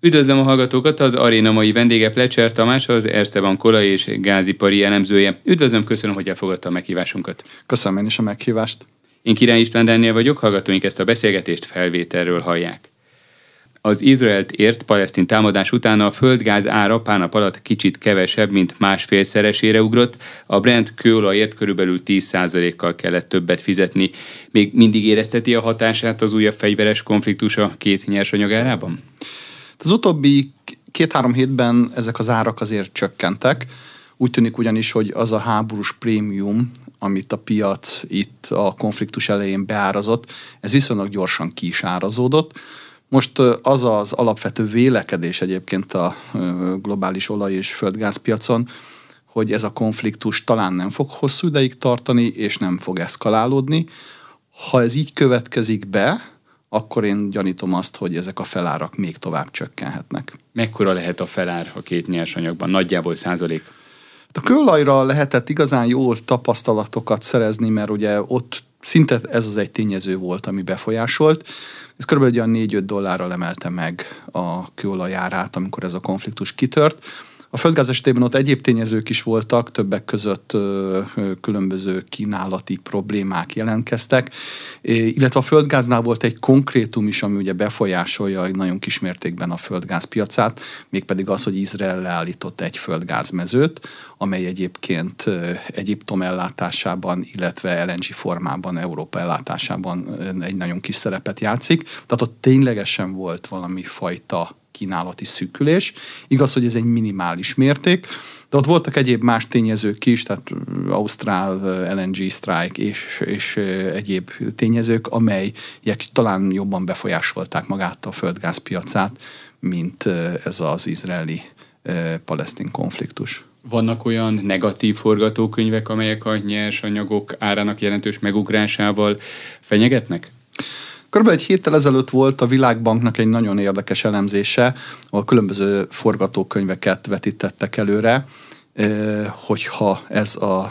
Üdvözlöm a hallgatókat, az aréna mai vendége Plecser Tamás, az Erste Bank olaj- és gázipari elemzője. Üdvözlöm, köszönöm, hogy elfogadta a meghívásunkat. Köszönöm én is a meghívást. Én Király István Dániel vagyok, hallgatóink ezt a beszélgetést felvételről hallják. Az Izraelt ért palesztin támadás után a földgáz ára pár nap alatt kicsit kevesebb, mint másfélszeresére ugrott, a Brent kőolajért körülbelül 10%-kal kellett többet fizetni. Még mindig érezteti a hatását az újabb fegyveres konfliktus a két nyersanyag árában? Az utóbbi 2-3 hétben ezek az árak azért csökkentek. Úgy tűnik ugyanis, hogy az a háborús prémium, amit a piac itt a konfliktus elején beárazott, ez viszonylag gyorsan ki is árazódott. Most az az alapvető vélekedés egyébként a globális olaj- és földgázpiacon, hogy ez a konfliktus talán nem fog hosszú ideig tartani, és nem fog eszkalálódni. Ha ez így következik be, akkor én gyanítom azt, hogy ezek a felárak még tovább csökkenhetnek. Mekkora lehet a felár a két nyersanyagban? Nagyjából százalék? A kőolajra lehetett igazán jól tapasztalatokat szerezni, mert ugye ott szinte ez az egy tényező volt, ami befolyásolt. Ez kb. Olyan $4-5 emelte meg a kőolaj árát, amikor ez a konfliktus kitört. A földgáz esetében ott egyéb tényezők is voltak, többek között különböző kínálati problémák jelentkeztek, illetve a földgáznál volt egy konkrétum is, ami ugye befolyásolja nagyon kismértékben a földgázpiacát, mégpedig az, hogy Izrael leállított egy földgázmezőt, amely egyébként Egyiptom ellátásában, illetve LNG formában, Európa ellátásában egy nagyon kis szerepet játszik. Tehát ott ténylegesen volt valami fajta kínálati szűkülés. Igaz, hogy ez egy minimális mérték, de ott voltak egyéb más tényezők is, tehát ausztrál LNG strike és egyéb tényezők, amelyek talán jobban befolyásolták magát a földgázpiacát, mint ez az izraeli-palesztin konfliktus. Vannak olyan negatív forgatókönyvek, amelyek a nyersanyagok árának jelentős megugrásával fenyegetnek? Körülbelül egy héttel ezelőtt volt a Világbanknak egy nagyon érdekes elemzése, ahol különböző forgatókönyveket vetítettek előre, hogyha ez az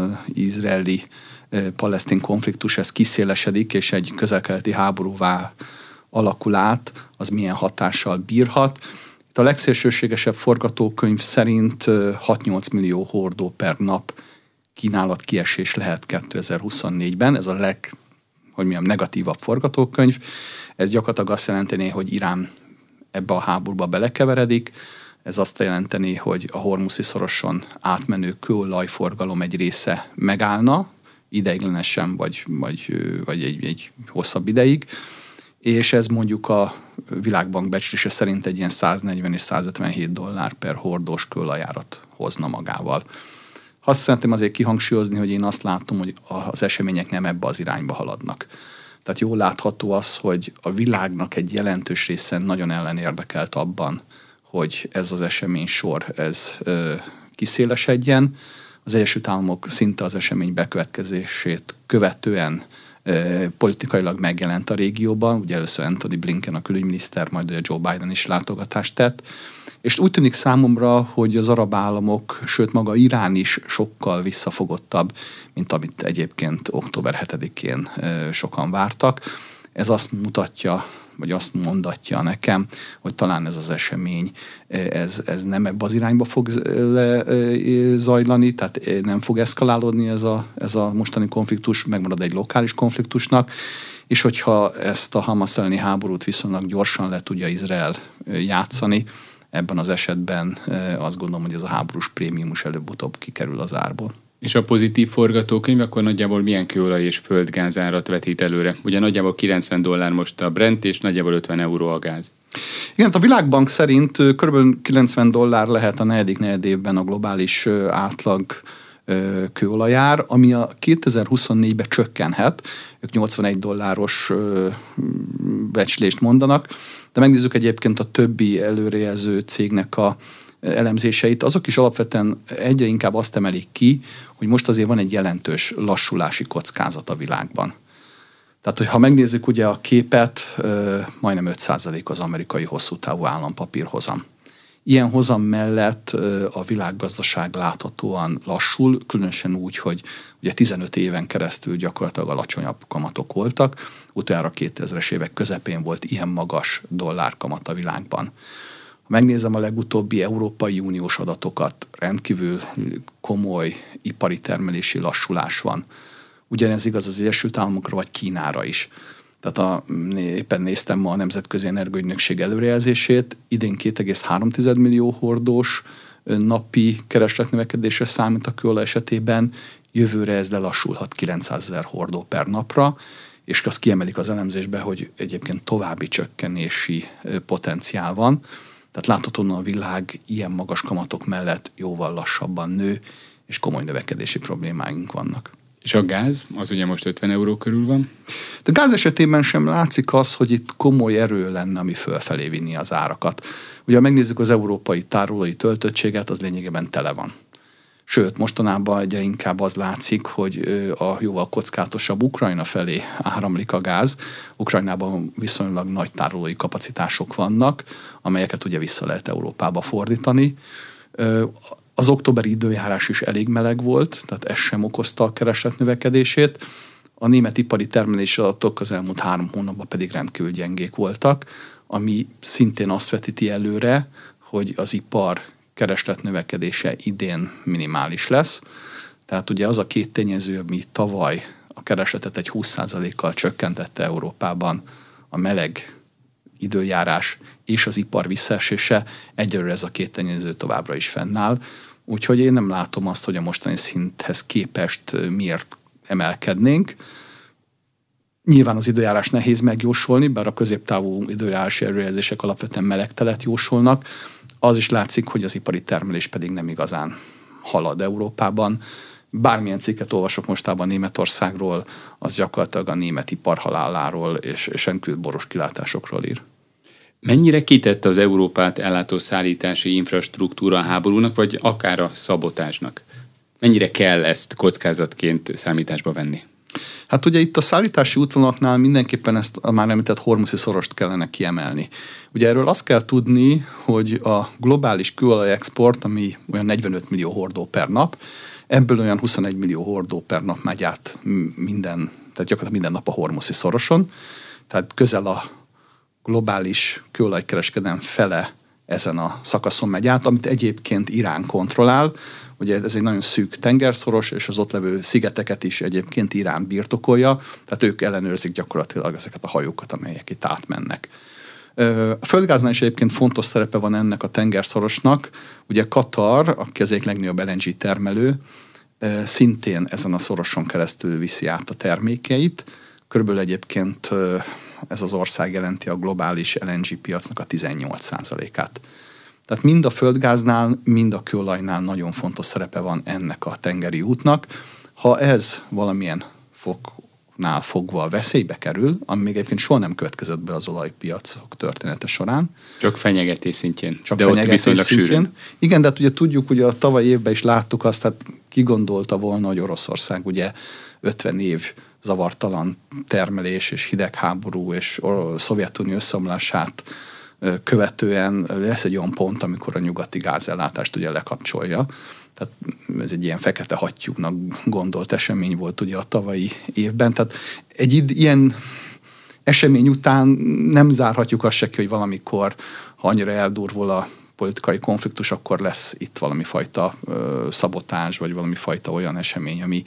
izraeli-palesztin konfliktus ez kiszélesedik, és egy közel-keleti háborúvá alakul át, az milyen hatással bírhat. Itt a legszélsőségesebb forgatókönyv szerint 6-8 millió hordó per nap kínálatkiesés lehet 2024-ben. Ez a negatívabb forgatókönyv. Ez gyakorlatilag azt jelenteni, hogy Irán ebbe a háborúba belekeveredik. Ez azt jelenteni, hogy a Hormuzi szoroson átmenő kőolajforgalom egy része megállna, ideiglenesen vagy egy hosszabb ideig, és ez mondjuk a Világbank becslése szerint egy ilyen 140 és $157 per hordós kőolajárat hozna magával. Azt szeretném azért kihangsúlyozni, hogy én azt látom, hogy az események nem ebbe az irányba haladnak. Tehát jól látható az, hogy a világnak egy jelentős része nagyon ellenérdekelt abban, hogy ez az eseménysor kiszélesedjen. Az Egyesült Államok szinte az esemény bekövetkezését követően politikailag megjelent a régióban. Ugye először Antony Blinken, a külügyminiszter, majd Joe Biden is látogatást tett. És úgy tűnik számomra, hogy az arab államok, sőt maga Irán is sokkal visszafogottabb, mint amit egyébként október 7-én sokan vártak. Ez azt mutatja, vagy azt mondatja nekem, hogy talán ez az esemény, ez nem ebbe az irányba fog zajlani, tehát nem fog eszkalálódni ez a mostani konfliktus, megmarad egy lokális konfliktusnak, és hogyha ezt a Hamas elleni háborút viszonylag gyorsan le tudja Izrael játszani, ebben az esetben azt gondolom, hogy ez a háborús prémiumos előbb-utóbb kikerül az árból. És a pozitív forgatókönyv akkor nagyjából milyen kőolaj és földgázárat vetít előre? Ugye nagyjából $90 most a Brent, és nagyjából 50 euró a gáz. Igen, a Világbank szerint kb. $90 lehet a negyedik negyedévben a globális átlag kőolajár, ami a 2024-ben csökkenhet. Ők $81 becslést mondanak, de megnézzük egyébként a többi előrejelző cégnek a elemzéseit, azok is alapvetően egyre inkább azt emelik ki, hogy most azért van egy jelentős lassulási kockázat a világban. Tehát, hogy ha megnézzük ugye a képet, majdnem 5% az amerikai hosszú távú állampapírhozam. Ilyen hozam mellett a világgazdaság láthatóan lassul, különösen úgy, hogy ugye 15 éven keresztül gyakorlatilag alacsonyabb kamatok voltak, utoljára 2000-es évek közepén volt ilyen magas dollárkamat a világban. megnézem a legutóbbi Európai Uniós adatokat, rendkívül komoly ipari termelési lassulás van. Ugyanez igaz az Egyesült Államokra vagy Kínára is. Tehát éppen néztem ma a Nemzetközi Energiaügynökség előrejelzését, idén 2,3 millió hordós napi keresletnövekedésre számít a kőolaj esetében, jövőre ez lelassulhat 900 000 hordó per napra, és azt kiemelik az elemzésbe, hogy egyébként további csökkenési potenciál van. Tehát láthatóan a világ ilyen magas kamatok mellett jóval lassabban nő, és komoly növekedési problémáink vannak. És a gáz, az ugye most 50 euró körül van? De gáz esetében sem látszik az, hogy itt komoly erő lenne, ami fölfelé vinni az árakat. Ugye, ha megnézzük az európai tárolói töltöttséget, az lényegében tele van. Sőt, mostanában egyre inkább az látszik, hogy a jóval kockázatosabb Ukrajna felé áramlik a gáz. Ukrajnában viszonylag nagy tárolói kapacitások vannak, amelyeket ugye vissza lehet Európába fordítani. Az októberi időjárás is elég meleg volt, tehát ez sem okozta a kereslet növekedését. A német ipari termelési adatok az elmúlt 3 hónapban pedig rendkívül gyengék voltak, ami szintén azt vetíti előre, hogy az ipar kereslet növekedése idén minimális lesz. Tehát ugye az a 2 tényező, ami tavaly a keresletet egy 20%-kal csökkentette Európában, a meleg időjárás és az ipar visszaesése, egyelőre ez a 2 tényező továbbra is fennáll. Úgyhogy én nem látom azt, hogy a mostani szinthez képest miért emelkednénk. Nyilván az időjárás nehéz megjósolni, bár a középtávú időjárási előrejelzések alapvetően melegtelet jósolnak. Az is látszik, hogy az ipari termelés pedig nem igazán halad Európában. Bármilyen cikket olvasok mostában Németországról, az gyakorlatilag a német ipar haláláról és rendkívül boros kilátásokról ír. Mennyire kitett az Európát ellátó szállítási infrastruktúra a háborúnak, vagy akár a szabotásnak? Mennyire kell ezt kockázatként számításba venni? Hát ugye itt a szállítási útvonalaknál mindenképpen ezt a már említett Hormuzi szorost kellene kiemelni. Ugye erről azt kell tudni, hogy a globális kőolaj export, ami olyan 45 millió hordó per nap, ebből olyan 21 millió hordó per nap megy át tehát gyakorlatilag minden nap a Hormuzi szoroson. Tehát közel a globális kőolajkereskedelem fele ezen a szakaszon megy át, amit egyébként Irán kontrollál. Ugye ez egy nagyon szűk tengerszoros, és az ott levő szigeteket is egyébként Irán birtokolja, tehát ők ellenőrzik gyakorlatilag ezeket a hajókat, amelyek itt átmennek. A földgáznál is egyébként fontos szerepe van ennek a tengerszorosnak. Ugye Katar, aki az egyik legnagyobb LNG termelő, szintén ezen a szoroson keresztül viszi át a termékeit. Körülbelül egyébként ez az ország jelenti a globális LNG piacnak a 18%-át. Tehát mind a földgáznál, mind a kőolajnál nagyon fontos szerepe van ennek a tengeri útnak. Ha ez valamilyen foknál fogva veszélybe kerül, ami még egyébként soha nem következett be az olajpiacok története során. Csak fenyegetés szintjén. Csak de fenyegetés ott viszonylag sűrűn. Igen, de hát ugye tudjuk, hogy a tavalyi évben is láttuk azt, hát ki gondolta volna, hogy Oroszország ugye 50 év zavartalan termelés és hidegháború és a Szovjetunió összeomlását követően lesz egy olyan pont, amikor a nyugati gázellátást ugye lekapcsolja. Tehát ez egy ilyen fekete hattyúnak gondolt esemény volt ugye a tavalyi évben. Tehát egy ilyen esemény után nem zárhatjuk azt se ki, hogy valamikor, ha annyira eldurvul a politikai konfliktus, akkor lesz itt valami fajta szabotás, vagy valami fajta olyan esemény, ami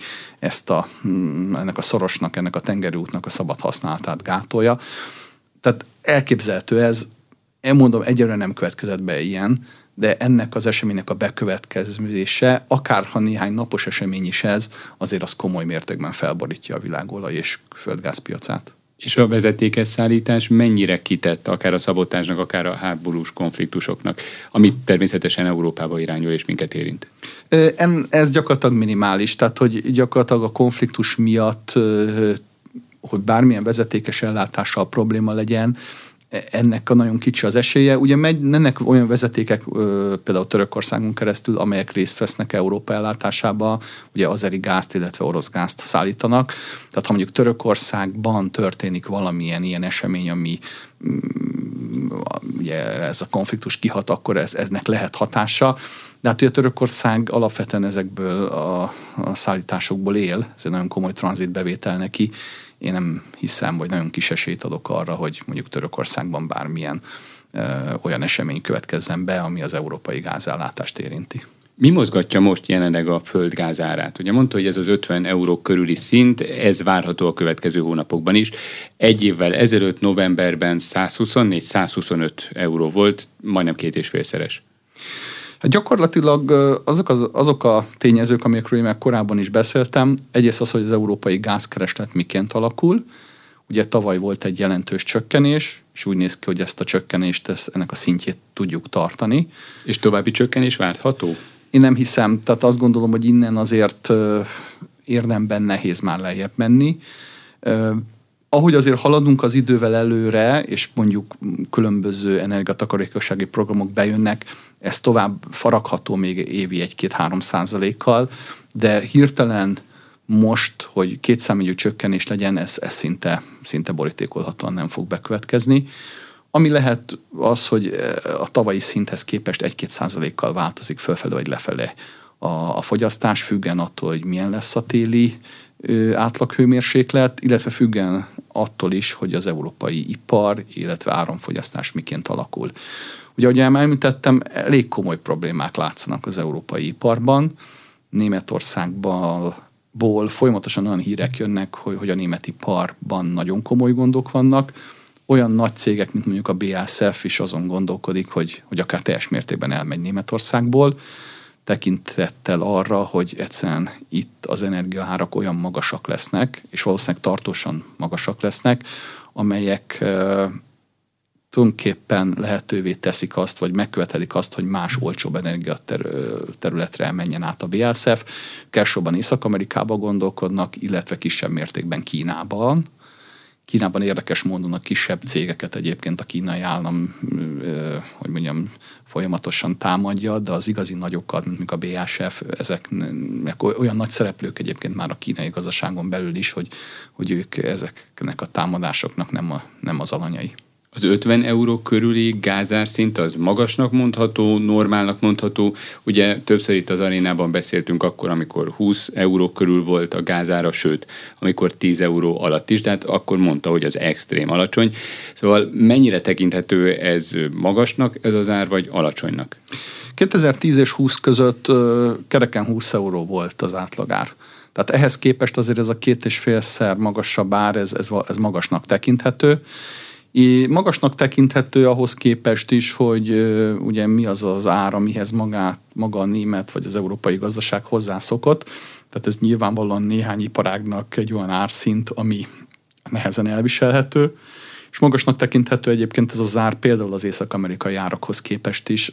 ennek a szorosnak, ennek a tengeri útnak a szabad használatát gátolja. Tehát elképzelhető ez, én mondom, egyelőre nem következett be ilyen, de ennek az eseménynek a bekövetkezése, akárha néhány napos esemény is ez, azért az komoly mértékben felborítja a világolaj és földgázpiacát. És a vezetékes szállítás mennyire kitett akár a szabotásnak, akár a háborús konfliktusoknak, ami természetesen Európába irányul és minket érint? Ez gyakorlatilag minimális, tehát hogy gyakorlatilag a konfliktus miatt, hogy bármilyen vezetékes ellátással probléma legyen, ennek a nagyon kicsi az esélye. Ugye mennek olyan vezetékek, például Törökországon keresztül, amelyek részt vesznek Európa ellátásába, ugye azeri gázt, illetve orosz gázt szállítanak. Tehát ha mondjuk Törökországban történik valamilyen ilyen esemény, ami ugye ez a konfliktus kihat, akkor eznek lehet hatása. De hát ugye Törökország alapvetően ezekből a szállításokból él, ez egy nagyon komoly tranzitbevétel neki. Én nem hiszem, vagy nagyon kis esélyt adok arra, hogy mondjuk Törökországban bármilyen olyan esemény következzen be, ami az európai gázellátást érinti. Mi mozgatja most jelenleg a földgáz árát? Ugye mondta, hogy ez az 50 euró körüli szint, ez várható a következő hónapokban is. Egy évvel ezelőtt novemberben 124-125 euró volt, majdnem 2,5-szeres. Hát gyakorlatilag azok a tényezők, amikről én már korábban is beszéltem, egyrészt az, hogy az európai gázkereslet miként alakul. Ugye tavaly volt egy jelentős csökkenés, és úgy néz ki, hogy ezt a csökkenést, ennek a szintjét tudjuk tartani. És további csökkenés várható? Én nem hiszem, tehát azt gondolom, hogy innen azért érdemben nehéz már lejjebb menni. Ahogy azért haladunk az idővel előre, és mondjuk különböző energiatakarékossági programok bejönnek, ez tovább faragható még évi 1-2-3%-kal, de hirtelen most, hogy kétszámjegyű csökkenés legyen, ez szinte borítékolhatóan nem fog bekövetkezni. Ami lehet az, hogy a tavalyi szinthez képest 1-2%-kal változik fölfelé vagy lefelé a fogyasztás, függen attól, hogy milyen lesz a téli átlaghőmérséklet, illetve függen attól is, hogy az európai ipar, illetve áramfogyasztás miként alakul. Ugye, ahogy említettem, elég komoly problémák látszanak az európai iparban. Németországból folyamatosan olyan hírek jönnek, hogy a német iparban nagyon komoly gondok vannak. Olyan nagy cégek, mint mondjuk a BASF is azon gondolkodik, hogy akár teljes mértékben elmegy Németországból, tekintettel arra, hogy egyszerűen itt az energiaárak olyan magasak lesznek, és valószínűleg tartósan magasak lesznek, amelyek tulajdonképpen lehetővé teszik azt, vagy megkövetelik azt, hogy más olcsóbb energiaterületre menjen át a BASF. Elsősorban Észak-Amerikába gondolkodnak, illetve kisebb mértékben Kínában. Kínában érdekes módon a kisebb cégeket egyébként a kínai állam, folyamatosan támadja, de az igazi nagyokat, mint a BASF, ezeknek olyan nagy szereplők egyébként már a kínai gazdaságon belül is, hogy ők ezeknek a támadásoknak nem az alanyai. Az 50 euró körüli gázárszint az magasnak mondható, normálnak mondható. Ugye többször itt az arénában beszéltünk akkor, amikor 20 euró körül volt a gázára, sőt, amikor 10 euró alatt is, tehát akkor mondta, hogy az extrém alacsony. Szóval mennyire tekinthető ez magasnak ez az ár, vagy alacsonynak? 2010 és 20 között kereken 20 euró volt az átlagár. Tehát ehhez képest azért ez a 2,5-szer magasabb ár, ez magasnak tekinthető. Magasnak tekinthető ahhoz képest is, hogy ugye mi az az ár, amihez maga a német vagy az európai gazdaság hozzászokott. Tehát ez nyilvánvalóan néhány iparágnak egy olyan árszint, ami nehezen elviselhető. És magasnak tekinthető egyébként ez az ár például az észak-amerikai árakhoz képest is,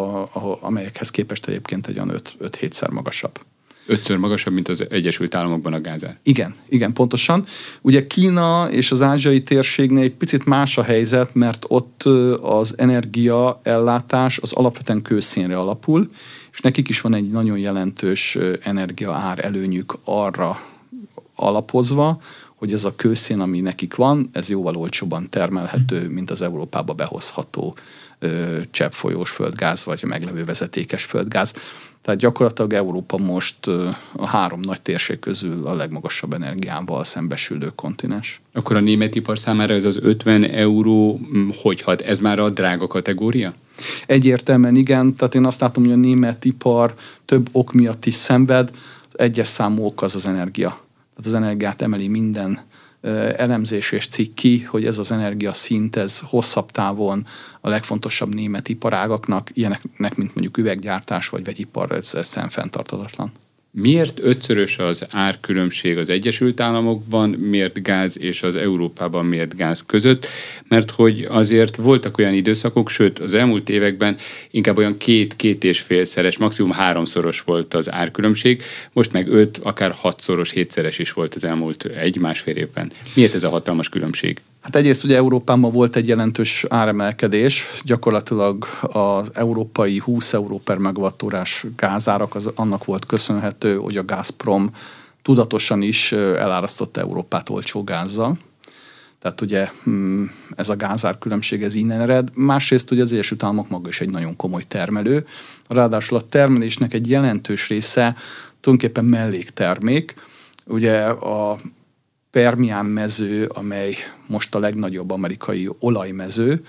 amelyekhez képest egyébként egy olyan 5-7-szer magasabb. 5-ször magasabb, mint az Egyesült Államokban a gázár. Igen, pontosan. Ugye Kína és az ázsiai térségnél egy picit más a helyzet, mert ott az energiaellátás az alapvetően kőszénre alapul, és nekik is van egy nagyon jelentős energiaár előnyük arra alapozva, hogy ez a kőszén, ami nekik van, ez jóval olcsóban termelhető, mint az Európába behozható cseppfolyós földgáz, vagy a meglevő vezetékes földgáz. Tehát gyakorlatilag Európa most a három nagy térség közül a legmagasabb energiával szembesülő kontinens. Akkor a német ipar számára ez az 50 euró hogy hat? Ez már a drága kategória? Egyértelműen igen. Tehát én azt látom, hogy a német ipar több ok miatt is szenved. Az egyes számú ok az energia. Tehát az energiát emeli minden elemzés és cikk ki, hogy ez az energiaszint, ez hosszabb távon a legfontosabb német iparágaknak, ilyeneknek, mint mondjuk üveggyártás vagy vegyipar, ez fenntarthatatlan. Miért 5-szörös az árkülönbség az Egyesült Államokban, miért gáz és az Európában miért gáz között? Mert hogy azért voltak olyan időszakok, sőt az elmúlt években inkább olyan 2-2,5-szeres, maximum 3-szoros volt az árkülönbség, most meg 5, akár 6-szoros, 7-szeres is volt az elmúlt 1-1,5 évben. Miért ez a hatalmas különbség? Hát egyrészt ugye Európában volt egy jelentős áremelkedés, gyakorlatilag az európai 20 euró per megawattórás gázárak annak volt köszönhető, hogy a Gazprom tudatosan is elárasztotta Európát olcsó gázzal. Tehát ugye ez a gázárkülönbség ez innen ered. Másrészt ugye az Egyesült Államok maga is egy nagyon komoly termelő. Ráadásul a termelésnek egy jelentős része tulajdonképpen melléktermék. Ugye a Permian mező, amely most a legnagyobb amerikai olajmező,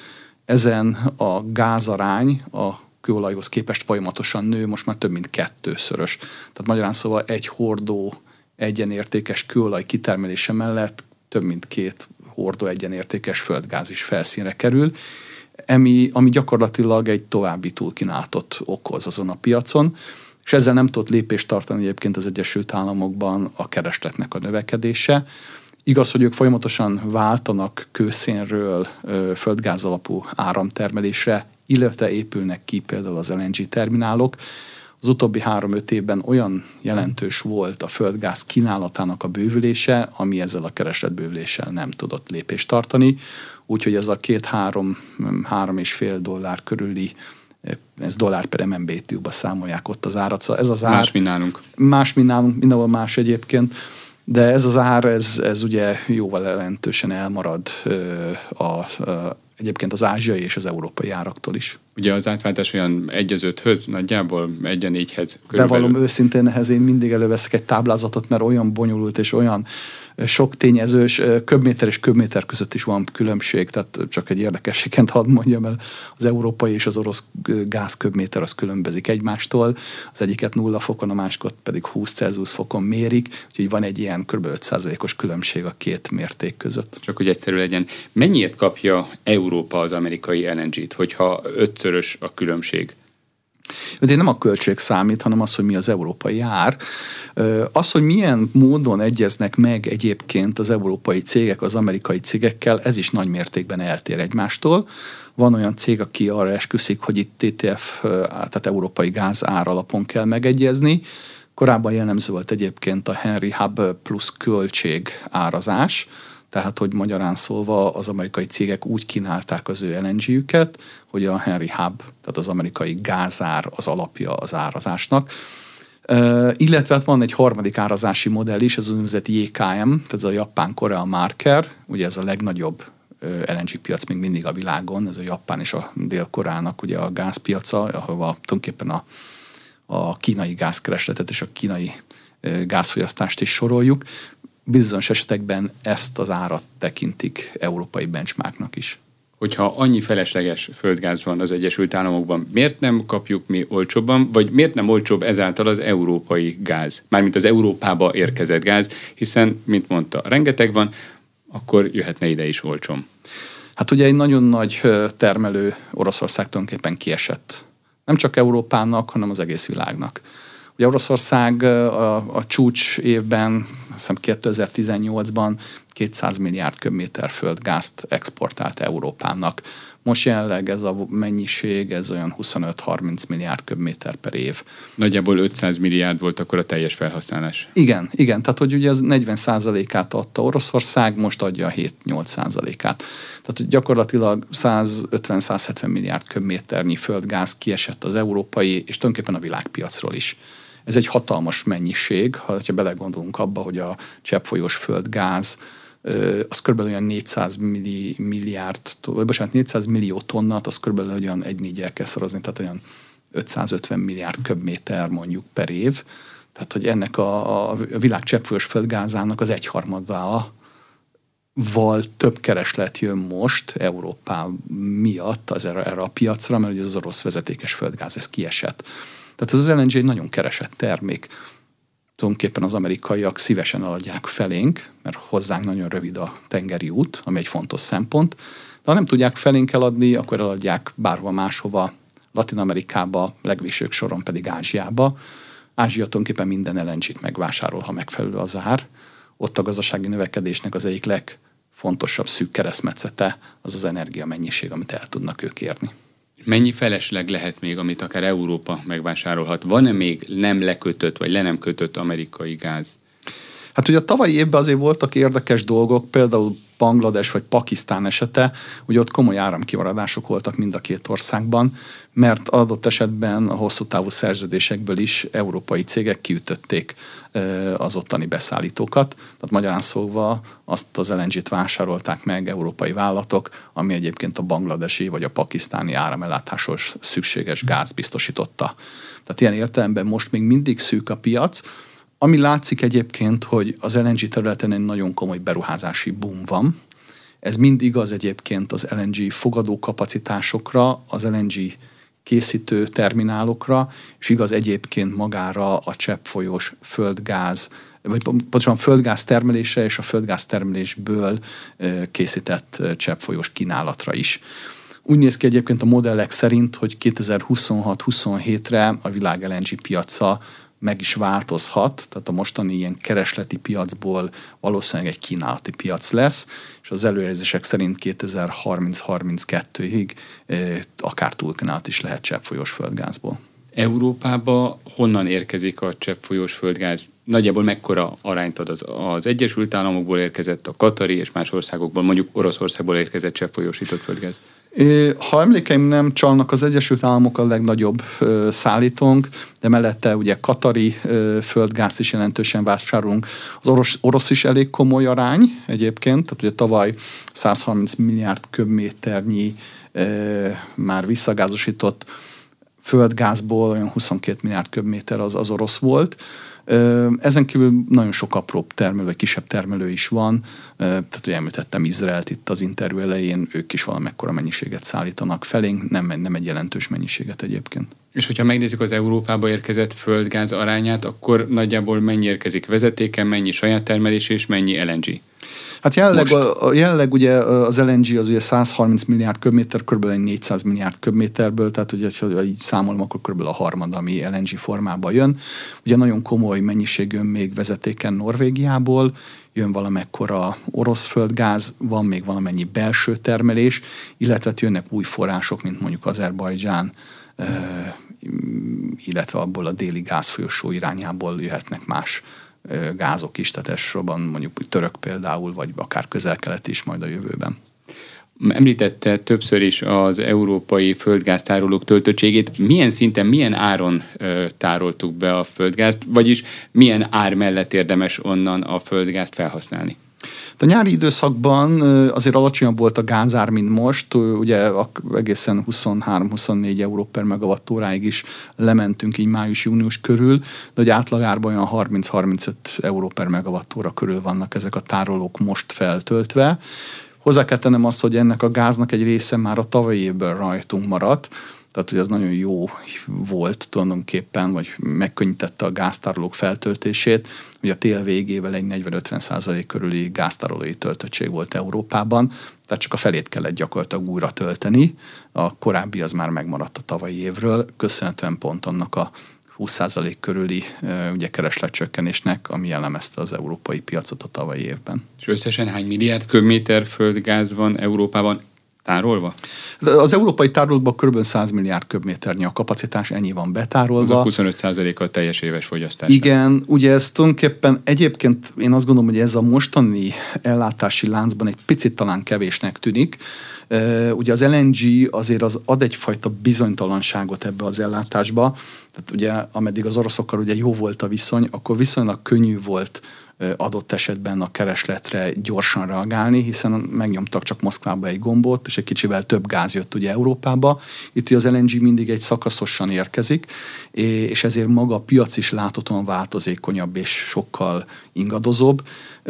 Ezen a gázarány a kőolajhoz képest folyamatosan nő, most már több mint 2-szörös. Tehát magyarán szóval egy hordó egyenértékes kőolaj kitermelése mellett több mint 2 hordó egyenértékes földgáz is felszínre kerül, ami gyakorlatilag egy további túlkínálatot okoz azon a piacon, és ezzel nem tudott lépést tartani egyébként az Egyesült Államokban a keresletnek a növekedése. Igaz, hogy ők folyamatosan váltanak kőszénről földgáz alapú áramtermelésre, illetve épülnek ki például az LNG terminálok. Az utóbbi 3-5 évben olyan jelentős volt a földgáz kínálatának a bővülése, ami ezzel a keresletbővüléssel nem tudott lépést tartani. Úgyhogy ez a 2-3,5 dollár körüli, ez dollár per MMBTU-ba számolják ott az árat. Szóval ez az ár, más, mint nálunk. Más, mint nálunk, mindenhol más egyébként. De ez az ár, ez ugye jóval jelentősen elmarad egyébként az ázsiai és az európai áraktól is. Ugye az átváltás olyan 1/5-höz, nagyjából 1/4-hez körülbelül. De valóm őszintén ehhez én mindig előveszek egy táblázatot, mert olyan bonyolult és olyan sok tényezős, köbméter és köbméter között is van különbség, tehát csak egy érdekességet hadd mondjam el, az európai és az orosz gázköbméter az különbözik egymástól, az egyiket 0 fokon, a másikat pedig 20 Celsius fokon mérik, úgyhogy van egy ilyen kb. 5%-os különbség a két mérték között. Csak hogy egyszerű legyen, mennyiért kapja Európa az amerikai LNG-t, hogyha 5-szörös a különbség? De nem a költség számít, hanem az, hogy mi az európai ár. Az, hogy milyen módon egyeznek meg egyébként az európai cégek az amerikai cégekkel, ez is nagy mértékben eltér egymástól. Van olyan cég, aki arra esküszik, hogy itt TTF, tehát európai gáz ár alapon kell megegyezni. Korábban jellemző volt egyébként a Henry Hub plusz költség árazás, tehát, hogy magyarán szólva az amerikai cégek úgy kínálták az ő LNG-üket, hogy a Henry Hub, tehát az amerikai gázár az alapja az árazásnak. Illetve hát van egy harmadik árazási modell is, ez az úgynevezett JKM, tehát ez a Japán-Korea Marker, ugye ez a legnagyobb LNG piac még mindig a világon, ez a Japán és a Dél-Koreának ugye a gázpiaca, ahova tulajdonképpen a kínai gázkeresletet és a kínai gázfogyasztást is soroljuk. Bizonyos esetekben ezt az árat tekintik európai benchmarknak is. Hogyha annyi felesleges földgáz van az Egyesült Államokban, miért nem kapjuk mi olcsóbban, vagy miért nem olcsóbb ezáltal az európai gáz? Mármint az Európába érkezett gáz, hiszen, mint mondta, rengeteg van, akkor jöhetne ide is olcsón. Hát ugye egy nagyon nagy termelő Oroszország tulajdonképpen kiesett. Nem csak Európának, hanem az egész világnak. Ugye Oroszország a csúcs évben, azt hiszem 2018-ban 200 milliárd köbméter földgázt exportált Európának. Most jelenleg ez a mennyiség, ez olyan 25-30 milliárd köbméter per év. Nagyjából 500 milliárd volt akkor a teljes felhasználás. Igen, tehát hogy ugye az 40%-át adta Oroszország, most adja a 7-8%-át. Tehát hogy gyakorlatilag 150-170 milliárd köbméternyi földgáz kiesett az európai és tulajdonképpen a világpiacról is. Ez egy hatalmas mennyiség, ha belegondolunk abba, hogy a cseppfolyós földgáz az kb. Olyan 400 millió tonnát, az kb. Olyan 1/4-el kell szorozni, tehát olyan 550 milliárd köbméter mondjuk per év. Tehát, hogy ennek a világ cseppfolyós földgázának az 1/3-ával több kereslet jön most Európá miatt erre a piacra, mert ugye az orosz vezetékes földgáz, ez kiesett. Tehát ez az LNG egy nagyon keresett termék. Tulajdonképpen az amerikaiak szívesen eladják felénk, mert hozzánk nagyon rövid a tengeri út, ami egy fontos szempont. De ha nem tudják felénk eladni, akkor eladják bárhova máshova, Latin-Amerikába, legvégsők soron pedig Ázsiába. Ázsia tulajdonképpen minden LNG-t megvásárol, ha megfelelő az ár. Ott a gazdasági növekedésnek az egyik legfontosabb szűk keresztmetszete az az energiamennyiség, amit el tudnak ők érni. Mennyi felesleg lehet még, amit akár Európa megvásárolhat? Van-e még nem lekötött, vagy le nem kötött amerikai gáz? Hát ugye a tavalyi évben azért voltak érdekes dolgok, például Banglades vagy Pakisztán esete, ugye ott komoly áramkimaradások voltak mind a két országban, mert adott esetben a hosszú távú szerződésekből is európai cégek kiütötték az ottani beszállítókat. Tehát magyarán szólva azt az LNG-t vásárolták meg európai vállalatok, ami egyébként a bangladesi vagy a pakisztáni áramellátáshoz szükséges gáz biztosította. Tehát ilyen értelemben most még mindig szűk a piac, ami látszik egyébként, hogy az LNG területen egy nagyon komoly beruházási boom van, Ez mind igaz egyébként az LNG fogadó kapacitásokra, az LNG készítő terminálokra, és igaz egyébként magára a cseppfolyós földgáz, vagy pontosan földgáz termelésre és a földgáz termelésből készített cseppfolyós kínálatra is. Úgy néz ki egyébként a modellek szerint, hogy 2026-27-re a világ LNG piaca meg is változhat, tehát a mostani ilyen keresleti piacból valószínűleg egy kínálati piac lesz, és az előrejelzések szerint 2030-32-ig akár túlkínálat is lehet cseppfolyós földgázból. Európába honnan érkezik a cseppfolyós földgáz? Nagyjából mekkora arányt ad az Egyesült Államokból érkezett, a katari és más országokból, mondjuk Oroszországból érkezett cseppfolyósított földgáz? Ha emlékeim nem csalnak, az Egyesült Államok a legnagyobb szállítónk, de mellette ugye katari földgázt is jelentősen vásárolunk. Az orosz is elég komoly arány egyébként, tehát ugye tavaly 130 milliárd köbméternyi már visszagázosított földgázból olyan 22 milliárd köbméter az orosz volt. Ezen kívül nagyon sok apróbb termelő, vagy kisebb termelő is van. Tehát ugye említettem Izraelt itt az interjú elején, ők is valamekkora mennyiséget szállítanak felénk, nem egy jelentős mennyiséget egyébként. És hogyha megnézzük az Európába érkezett földgáz arányát, akkor nagyjából mennyi érkezik vezetéken, mennyi saját termelés és mennyi LNG? Hát jelenleg ugye az LNG az ugye 130 milliárd köbméter, kb. 400 milliárd köbméterből, tehát ugye, ha így számolom, akkor kb. A harmad, ami LNG formában jön. Ugye nagyon komoly mennyiség jön még vezetéken Norvégiából, jön valamekkora orosz földgáz, van még valamennyi belső termelés, illetve jönnek új források, mint mondjuk Azerbajdzsán, illetve abból a déli gázfolyosó irányából jöhetnek más gázok is, tehát elsősorban mondjuk török például, vagy akár közel-kelet is majd a jövőben. Említette többször is az európai földgáztárolók töltöttségét. Milyen szinten, milyen áron tároltuk be a földgázt, vagyis milyen ár mellett érdemes onnan a földgázt felhasználni? A nyári időszakban azért alacsonyabb volt a gázár, mint most, ugye egészen 23-24 euró per megawattóráig is lementünk így május-június körül, de hogy átlagárban olyan 30-35 euró per megawattóra körül vannak ezek a tárolók most feltöltve. Hozzá kell tennem azt, hogy ennek a gáznak egy része már a tavalyi évben rajtunk maradt, tehát hogy ez nagyon jó volt tulajdonképpen, vagy megkönnyítette a gáztárolók feltöltését. Ugye a tél végével egy 40-50% körüli gáztárolói töltöttség volt Európában, tehát csak a felét kellett gyakorlatilag újra tölteni. A korábbi az már megmaradt a tavalyi évről, köszönhetően pont annak a 20% körüli ugye keresletcsökkenésnek, ami jellemezte az európai piacot a tavalyi évben. És összesen hány milliárd köbméter földgáz van Európában tárolva? Az európai tárolókban kb. 100 milliárd köbméternyi a kapacitás, ennyi van betárolva. Az a 25%-a a teljes éves fogyasztás. Igen, ugye ez tulajdonképpen egyébként én azt gondolom, hogy ez a mostani ellátási láncban egy picit talán kevésnek tűnik. Ugye az LNG azért az ad egyfajta bizonytalanságot ebbe az ellátásba. Tehát ugye ameddig az oroszokkal ugye jó volt a viszony, akkor viszonylag könnyű volt adott esetben a keresletre gyorsan reagálni, hiszen megnyomtak csak Moszkvába egy gombot, és egy kicsivel több gáz jött ugye Európába. Itt ugye az LNG mindig egy szakaszosan érkezik, és ezért maga a piac is láthatóan változékonyabb és sokkal ingadozóbb.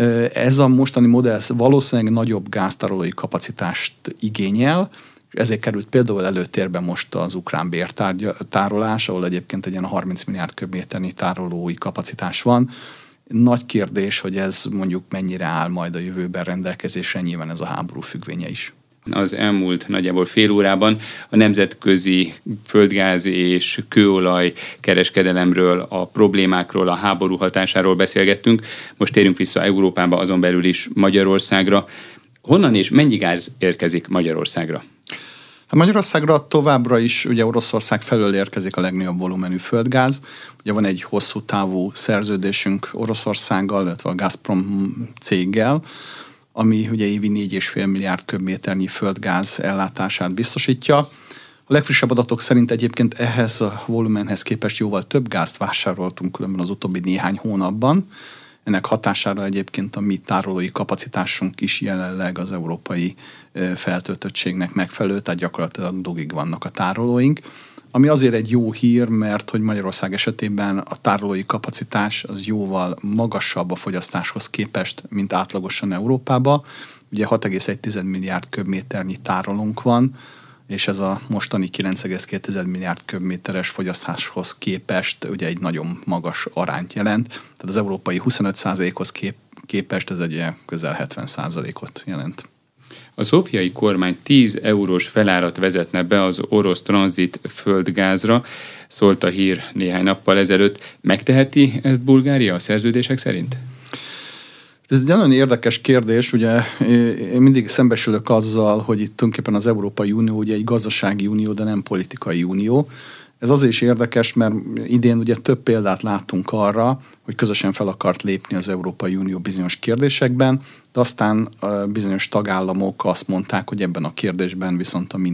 Ez a mostani modell valószínűleg nagyobb gáztárolói kapacitást igényel, és ezért került például előtérbe most az ukrán bértárolás, ahol egyébként egy ilyen 30 milliárd köbméternyi tárolói kapacitás van. Nagy kérdés, hogy ez mondjuk mennyire áll majd a jövőben rendelkezésre, nyilván ez a háború függvénye is. Az elmúlt nagyjából fél órában a nemzetközi földgáz és kőolaj kereskedelemről, a problémákról, a háború hatásáról beszélgettünk. Most térjünk vissza Európába, azon belül is Magyarországra. Honnan és mennyi gáz érkezik Magyarországra? Magyarországra továbbra is ugye Oroszország felől érkezik a legnagyobb volumenű földgáz. Ugye van egy hosszú távú szerződésünk Oroszországgal, illetve a Gazprom céggel, ami ugye évi 4,5 milliárd köbméternyi földgáz ellátását biztosítja. A legfrissebb adatok szerint egyébként ehhez a volumenhez képest jóval több gázt vásároltunk különben az utóbbi néhány hónapban. Ennek hatására egyébként a mi tárolói kapacitásunk is jelenleg az európai feltöltöttségnek megfelelő, tehát gyakorlatilag dugig vannak a tárolóink. Ami azért egy jó hír, mert hogy Magyarország esetében a tárolói kapacitás az jóval magasabb a fogyasztáshoz képest, mint átlagosan Európában. ugye 6,1 milliárd köbméternyi tárolónk van, és ez a mostani 9,2 milliárd köbméteres fogyasztáshoz képest ugye egy nagyon magas arányt jelent. Tehát az európai 25%-hoz képest ez egy közel 70%-ot jelent. A szófiai kormány 10 eurós felárat vezetne be az orosz tranzit földgázra, szólt a hír néhány nappal ezelőtt. Megteheti ezt Bulgária a szerződések szerint? Ez egy nagyon érdekes kérdés, ugye én mindig szembesülök azzal, hogy itt tulajdonképpen az Európai Unió ugye egy gazdasági unió, de nem politikai unió. Ez azért is érdekes, mert idén ugye több példát láttunk arra, hogy közösen fel akart lépni az Európai Unió bizonyos kérdésekben, de aztán bizonyos tagállamok azt mondták, hogy ebben a kérdésben viszont a mi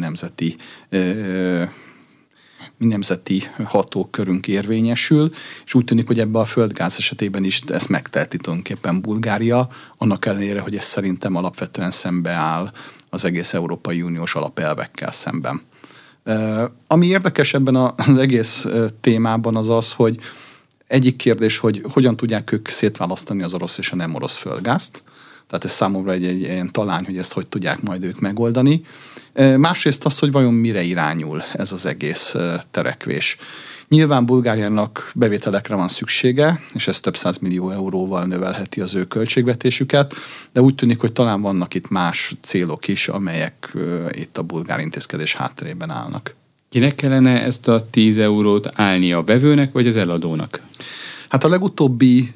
nemzeti hatókörünk érvényesül, és úgy tűnik, hogy ebben a földgáz esetében is ezt megteheti tulajdonképpen Bulgária, annak ellenére, hogy ez szerintem alapvetően szembeáll az egész Európai Uniós alapelvekkel szemben. Ami érdekes ebben az egész témában az az, hogy egyik kérdés, hogy hogyan tudják ők szétválasztani az orosz és a nem orosz földgázt. Tehát ez számomra egy ilyen talány, hogy ezt hogy tudják majd ők megoldani. Másrészt az, hogy vajon mire irányul ez az egész törekvés. Nyilván Bulgáriának bevételekre van szüksége, és ez több 100 millió euróval növelheti az ő költségvetésüket, de úgy tűnik, hogy talán vannak itt más célok is, amelyek itt a bulgár intézkedés hátterében állnak. Kinek kellene ezt a 10 eurót állni, a vevőnek vagy az eladónak? Hát a legutóbbi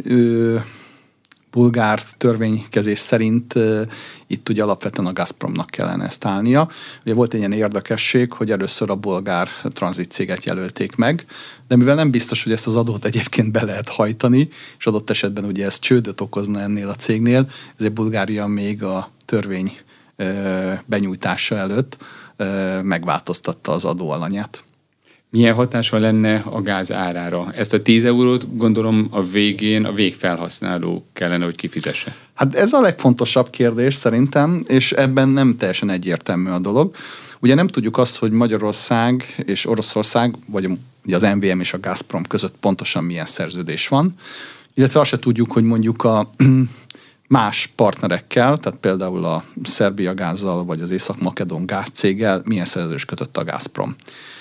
bulgár törvénykezés szerint itt ugye alapvetően a Gazpromnak kellene ezt állnia. Ugye volt egy ilyen érdekesség, hogy először a bolgár tranzitcéget jelölték meg, de mivel nem biztos, hogy ezt az adót egyébként be lehet hajtani, és adott esetben ugye ez csődöt okozna ennél a cégnél, ezért Bulgária még a törvény benyújtása előtt megváltoztatta az adóalanyát. Milyen hatása lenne a gáz árára? Ezt a 10 eurót gondolom a végén a végfelhasználó kellene, hogy kifizesse. Hát ez a legfontosabb kérdés szerintem, és ebben nem teljesen egyértelmű a dolog. Ugye nem tudjuk azt, hogy Magyarország és Oroszország, vagy ugye az MVM és a Gazprom között pontosan milyen szerződés van, illetve azt se tudjuk, hogy mondjuk a más partnerekkel, tehát például a Szerbia gázzal, vagy az Észak-Makedón gázcéggel milyen szerződést kötött a Gazprom.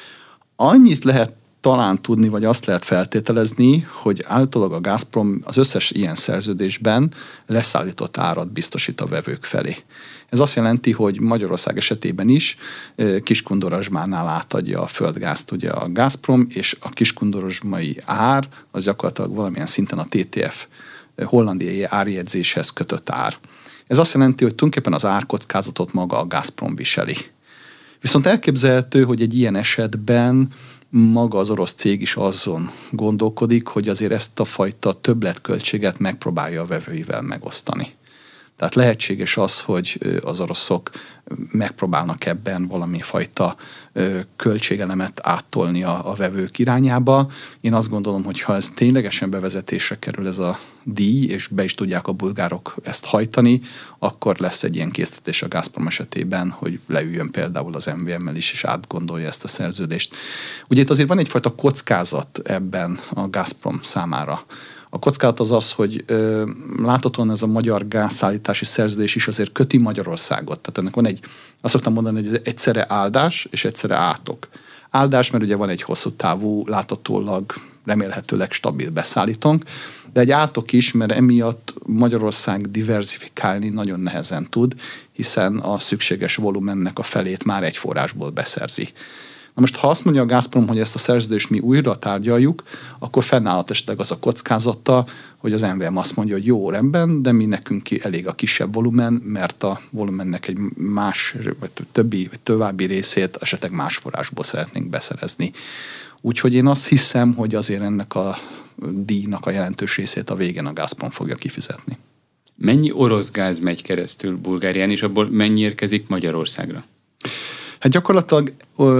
Annyit lehet talán tudni, vagy azt lehet feltételezni, hogy általában a Gazprom az összes ilyen szerződésben leszállított árat biztosít a vevők felé. Ez azt jelenti, hogy Magyarország esetében is Kiskundorozsmánál átadja a földgázt ugye a Gazprom, és a kiskundorozsmai ár az gyakorlatilag valamilyen szinten a TTF hollandiai árjegyzéshez kötött ár. Ez azt jelenti, hogy tulajdonképpen az árkockázatot maga a Gazprom viseli. Viszont elképzelhető, hogy egy ilyen esetben maga az orosz cég is azon gondolkodik, hogy azért ezt a fajta többletköltséget megpróbálja a vevőivel megosztani. Tehát lehetséges az, hogy az oroszok megpróbálnak ebben valami fajta költségelemet áttolni a vevők irányába. Én azt gondolom, hogy ha ez ténylegesen bevezetésre kerül ez a díj, és be is tudják a bulgárok ezt hajtani, akkor lesz egy ilyen késztetés a Gazprom esetében, hogy leüljön például az MVM-mel is, és átgondolja ezt a szerződést. Ugye itt azért van egyfajta kockázat ebben a Gazprom számára. A kockázat az az, hogy láthatóan ez a magyar gázszállítási szerződés is azért köti Magyarországot. Tehát ennek van egy, azt szoktam mondani, hogy ez egyszerre áldás és egyszerre átok. Áldás, mert ugye van egy hosszú távú, láthatólag remélhetőleg stabil beszállítónk, de egy átok is, mert emiatt Magyarország diverzifikálni nagyon nehezen tud, hiszen a szükséges volumennek a felét már egy forrásból beszerzi. Na most, ha azt mondja a Gazprom, hogy ezt a szerződést mi újra tárgyaljuk, akkor fennállhat esetleg az a kockázata, hogy az MVM azt mondja, hogy jó, rendben, de mi nekünk elég a kisebb volumen, mert a volumennek egy más, vagy további részét esetleg más forrásból szeretnénk beszerezni. Úgyhogy én azt hiszem, hogy azért ennek a díjnak a jelentős részét a végén a Gazprom fogja kifizetni. Mennyi orosz gáz megy keresztül Bulgárián, és abból mennyi érkezik Magyarországra? Hát gyakorlatilag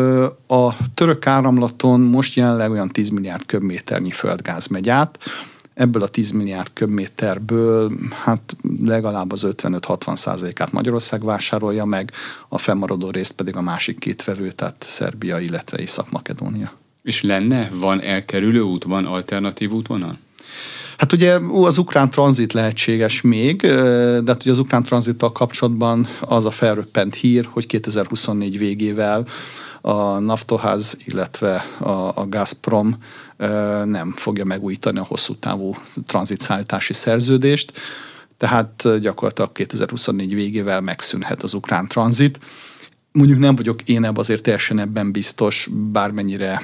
a török áramlaton most jelenleg olyan 10 milliárd köbméternyi földgáz megy át. Ebből a 10 milliárd köbméterből hát legalább az 55-60%-át Magyarország vásárolja meg, a fennmaradó részt pedig a másik két vevő, tehát Szerbia, illetve Észak-Makedónia. És van elkerülő út, van alternatív útvonal? Hát ugye az ukrán tranzit lehetséges még, de hát ugye az ukrán tranzittal kapcsolatban az a felröppent hír, hogy 2024 végével a Naftogaz, illetve a Gazprom nem fogja megújítani a hosszú távú tranzitszállítási szerződést, tehát gyakorlatilag 2024 végével megszűnhet az ukrán tranzit. Mondjuk nem vagyok én azért teljesen ebben biztos, bármennyire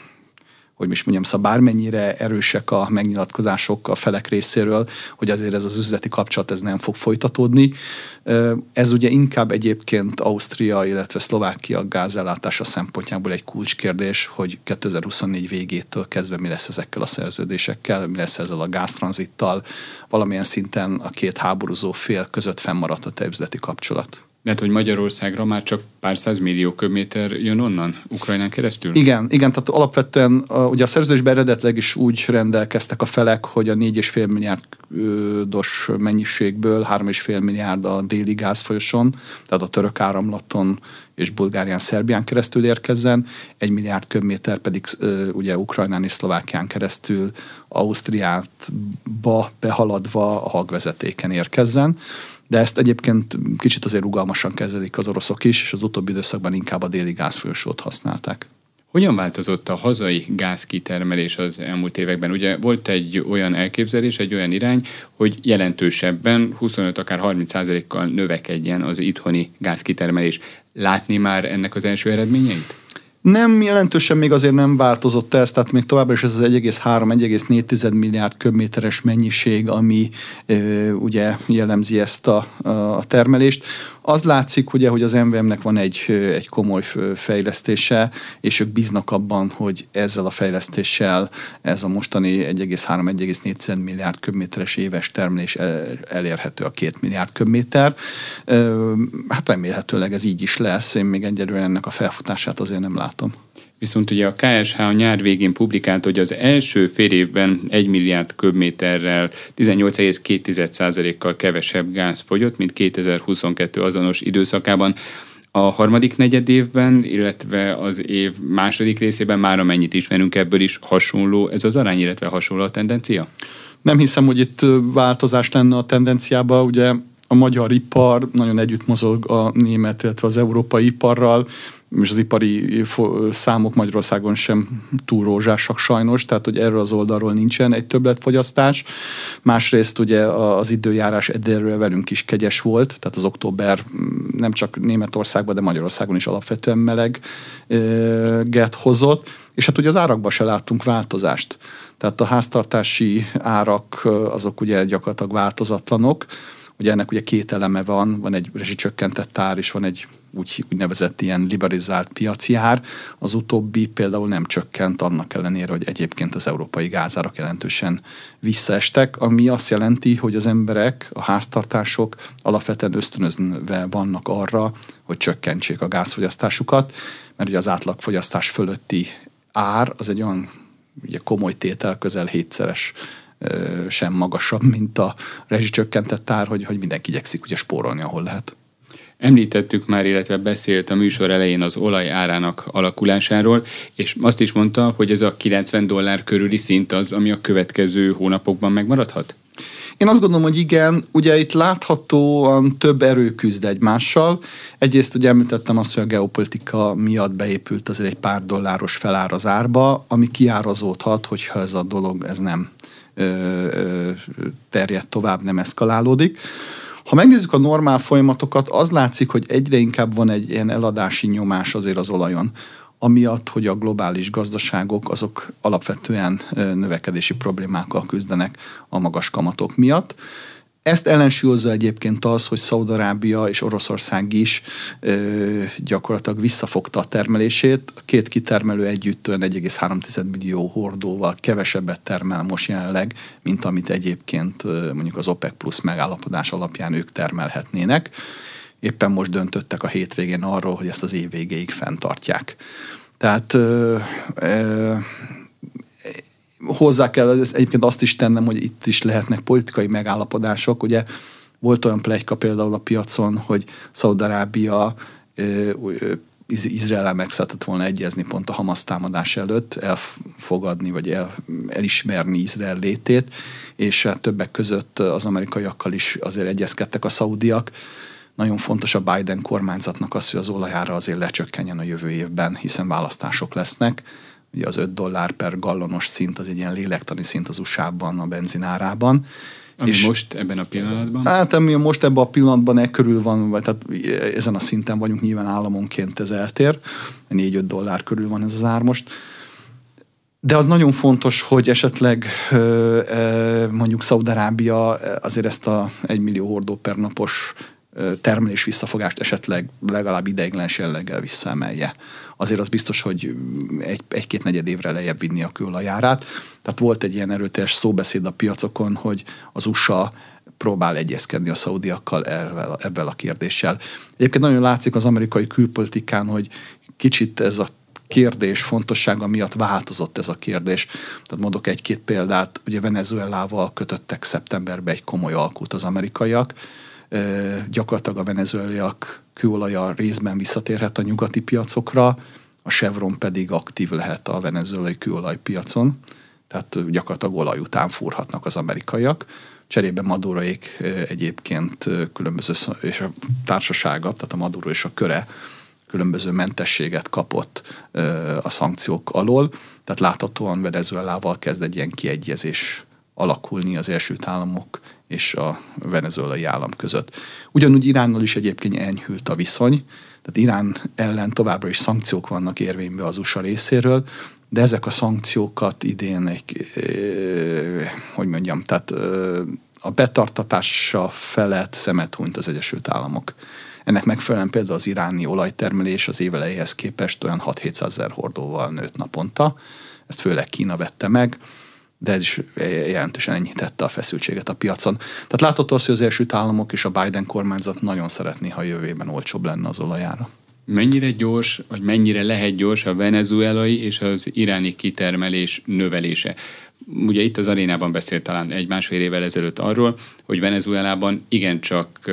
bármennyire erősek a megnyilatkozások a felek részéről, hogy azért ez az üzleti kapcsolat ez nem fog folytatódni. Ez ugye inkább egyébként Ausztria, illetve Szlovákia gázellátása szempontjából egy kulcskérdés, hogy 2024 végétől kezdve mi lesz ezekkel a szerződésekkel, mi lesz ezzel a gáztranzittal, valamilyen szinten a két háborúzó fél között fennmaradt a üzleti kapcsolat. Lehet, hogy Magyarországra már csak pár százmillió köbméter jön onnan, Ukrajnán keresztül? Igen, tehát alapvetően ugye a szerződésben eredetileg is úgy rendelkeztek a felek, hogy a 4,5 milliárdos mennyiségből 3,5 milliárd a déli gázfolyoson, tehát a török áramlaton és Bulgárián, Szerbián keresztül érkezzen, 1 milliárd köbméter pedig ugye Ukrajnán és Szlovákián keresztül Ausztriába behaladva a hagvezetéken érkezzen. De ezt egyébként kicsit azért rugalmasan kezelik az oroszok is, és az utóbbi időszakban inkább a déli gázfolyosót használták. Hogyan változott a hazai gázkitermelés az elmúlt években? Ugye volt egy olyan elképzelés, egy olyan irány, hogy jelentősebben, 25, akár 30%-kal növekedjen az itthoni gázkitermelés. Látni már ennek az első eredményeit? Nem jelentősen még azért nem változott ez, tehát még továbbra is ez az 1,3-1,4 milliárd köbméteres mennyiség, ami ugye jellemzi ezt a termelést. Az látszik, ugye, hogy az MVM-nek van egy komoly fejlesztése, és ők bíznak abban, hogy ezzel a fejlesztéssel ez a mostani 1,3-1,4 milliárd köbméteres éves termelés elérhető a 2 milliárd köbméter. Hát remélhetőleg ez így is lesz, én még egyelőre ennek a felfutását azért nem látom. Viszont ugye a KSH a nyár végén publikált, hogy az első fél évben 1 milliárd köbméterrel 18,2%-kal kevesebb gáz fogyott, mint 2022 azonos időszakában. A harmadik negyedévben, illetve az év második részében már amennyit ismerünk, ebből is hasonló ez az arány, illetve hasonló a tendencia? Nem hiszem, hogy itt változás lenne a tendenciában. Ugye a magyar ipar nagyon együtt mozog a német, illetve az európai iparral, és az ipari számok Magyarországon sem túl rózsásak sajnos, tehát hogy erről az oldalról nincsen egy többletfogyasztás. Másrészt ugye az időjárás egyelőre velünk is kegyes volt, tehát az október nem csak Németországban, de Magyarországon is alapvetően meleget hozott, és hát ugye az árakban se láttunk változást. Tehát a háztartási árak azok ugye gyakorlatilag változatlanok. Ugye ennek ugye két eleme van egy rezsicsökkentett ár, és van egy úgynevezett ilyen liberalizált piaci ár. Az utóbbi például nem csökkent annak ellenére, hogy egyébként az európai gázárak jelentősen visszaestek, ami azt jelenti, hogy az emberek, a háztartások alapvetően ösztönözve vannak arra, hogy csökkentsék a gázfogyasztásukat, mert ugye az átlagfogyasztás fölötti ár az egy olyan ugye komoly tétel, közel 7-szeres sem magasabb, mint a rezsicsökkentett ár, hogy mindenki igyekszik ugye spórolni, ahol lehet. Említettük már, illetve beszélt a műsor elején az olaj árának alakulásáról, és azt is mondta, hogy ez a $90 körüli szint az, ami a következő hónapokban megmaradhat? Én azt gondolom, hogy igen, ugye itt láthatóan több erő küzd egymással. Egyrészt ugye említettem azt, hogy a geopolitika miatt beépült azért egy pár dolláros felár az árba, ami kiárazódhat, hogyha ez a dolog ez nem terjed tovább, nem eszkalálódik. Ha megnézzük a normál folyamatokat, az látszik, hogy egyre inkább van egy ilyen eladási nyomás azért az olajon, amiatt, hogy a globális gazdaságok azok alapvetően növekedési problémákkal küzdenek a magas kamatok miatt. Ezt ellensúlyozza egyébként az, hogy Szaúd-Arábia és Oroszország is gyakorlatilag visszafogta a termelését. A két kitermelő együtt 1,3 millió hordóval kevesebbet termel most jelenleg, mint amit egyébként mondjuk az OPEC plusz megállapodás alapján ők termelhetnének. Éppen most döntöttek a hétvégén arról, hogy ezt az év végéig fenntartják. Tehát hozzá kell egyébként azt is tennem, hogy itt is lehetnek politikai megállapodások. Ugye volt olyan pletyka például a piacon, hogy Szaúd-Arábia Izrael meg szeretett volna egyezni pont a Hamasz támadás előtt, elfogadni vagy elismerni Izrael létét, és hát többek között az amerikaiakkal is azért egyezkedtek a szaudiak. Nagyon fontos a Biden kormányzatnak az, hogy az olajára azért lecsökkenjen a jövő évben, hiszen választások lesznek. Ugye az $5 per gallonos szint az egy ilyen lélektani szint az USA-ban a benzinárában. Ami és most ebben a pillanatban? Hát ami most ebben a pillanatban körül van, vagy tehát ezen a szinten vagyunk, nyilván államonként ez eltér. $4-5 körül van ez az ár most. De az nagyon fontos, hogy esetleg mondjuk Szaúd-Arábia azért ezt a 1 millió hordó per napos termelés visszafogást esetleg legalább ideiglenes jelleggel visszaemelje. Azért az biztos, hogy egy-két negyed évre lejjebb vinni a kőolajárát. Tehát volt egy ilyen erőteljes szóbeszéd a piacokon, hogy az USA próbál egyezkedni a szaudiakkal ebben a kérdéssel. Egyébként nagyon látszik az amerikai külpolitikán, hogy kicsit ez a kérdés fontossága miatt változott ez a kérdés. Tehát mondok egy-két példát, ugye Venezuelával kötöttek szeptemberben egy komoly alkut az amerikaiak, gyakorlatilag a venezuelaiak kőolaja részben visszatérhet a nyugati piacokra, a Chevron pedig aktív lehet a venezuelai kőolajpiacon, tehát gyakorlatilag olaj után fúrhatnak az amerikaiak. Cserébe Maduroék egyébként különböző, és a társasága, tehát a Maduro és a köre különböző mentességet kapott a szankciók alól, tehát láthatóan Venezuelával kezd egy ilyen kiegyezés alakulni az Egyesült Államok és a venezuelai állam között. Ugyanúgy Iránnal is egyébként enyhült a viszony, tehát Irán ellen továbbra is szankciók vannak érvényben az USA részéről, de ezek a szankciókat idén tehát a betartatása felett szemet hunyt az Egyesült Államok. Ennek megfelelően például az iráni olajtermelés az év elejéhez képest olyan 6-700 000 hordóval nőtt naponta. Ezt főleg Kína vette meg, de ez is jelentősen enyhítette a feszültséget a piacon. Tehát látható az, hogy az Egyesült Államok és a Biden kormányzat nagyon szeretné, ha jövőben olcsóbb lenne az olajára. Mennyire gyors, vagy mennyire lehet gyors a venezuelai és az iráni kitermelés növelése? Ugye itt az arénában beszélt talán 1-1,5 évvel ezelőtt arról, hogy Venezuelában igencsak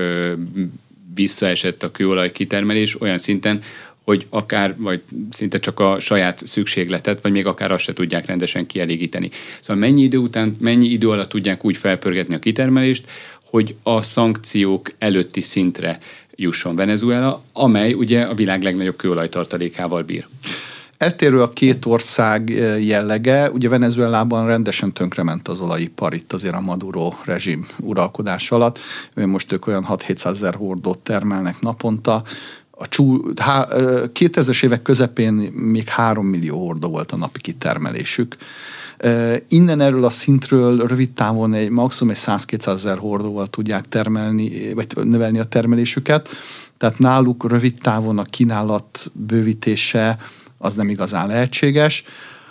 visszaesett a kőolaj kitermelés olyan szinten, hogy akár, vagy szinte csak a saját szükségletet, vagy még akár azt se tudják rendesen kielégíteni. Szóval mennyi idő alatt tudják úgy felpörgetni a kitermelést, hogy a szankciók előtti szintre jusson Venezuela, amely ugye a világ legnagyobb kőolajtartalékával bír. Eltérő a két ország jellege. Ugye Venezuelában rendesen tönkrement az olajipar itt azért a Maduro rezsim uralkodás alatt. Most ők olyan 6-700 000 hordót termelnek naponta. A 2000-es évek közepén még 3 millió hordó volt a napi kitermelésük. Innen erről a szintről rövid távon maximum 100-200 000 hordóval tudják termelni, vagy növelni a termelésüket. Tehát náluk rövid távon a kínálat bővítése az nem igazán lehetséges.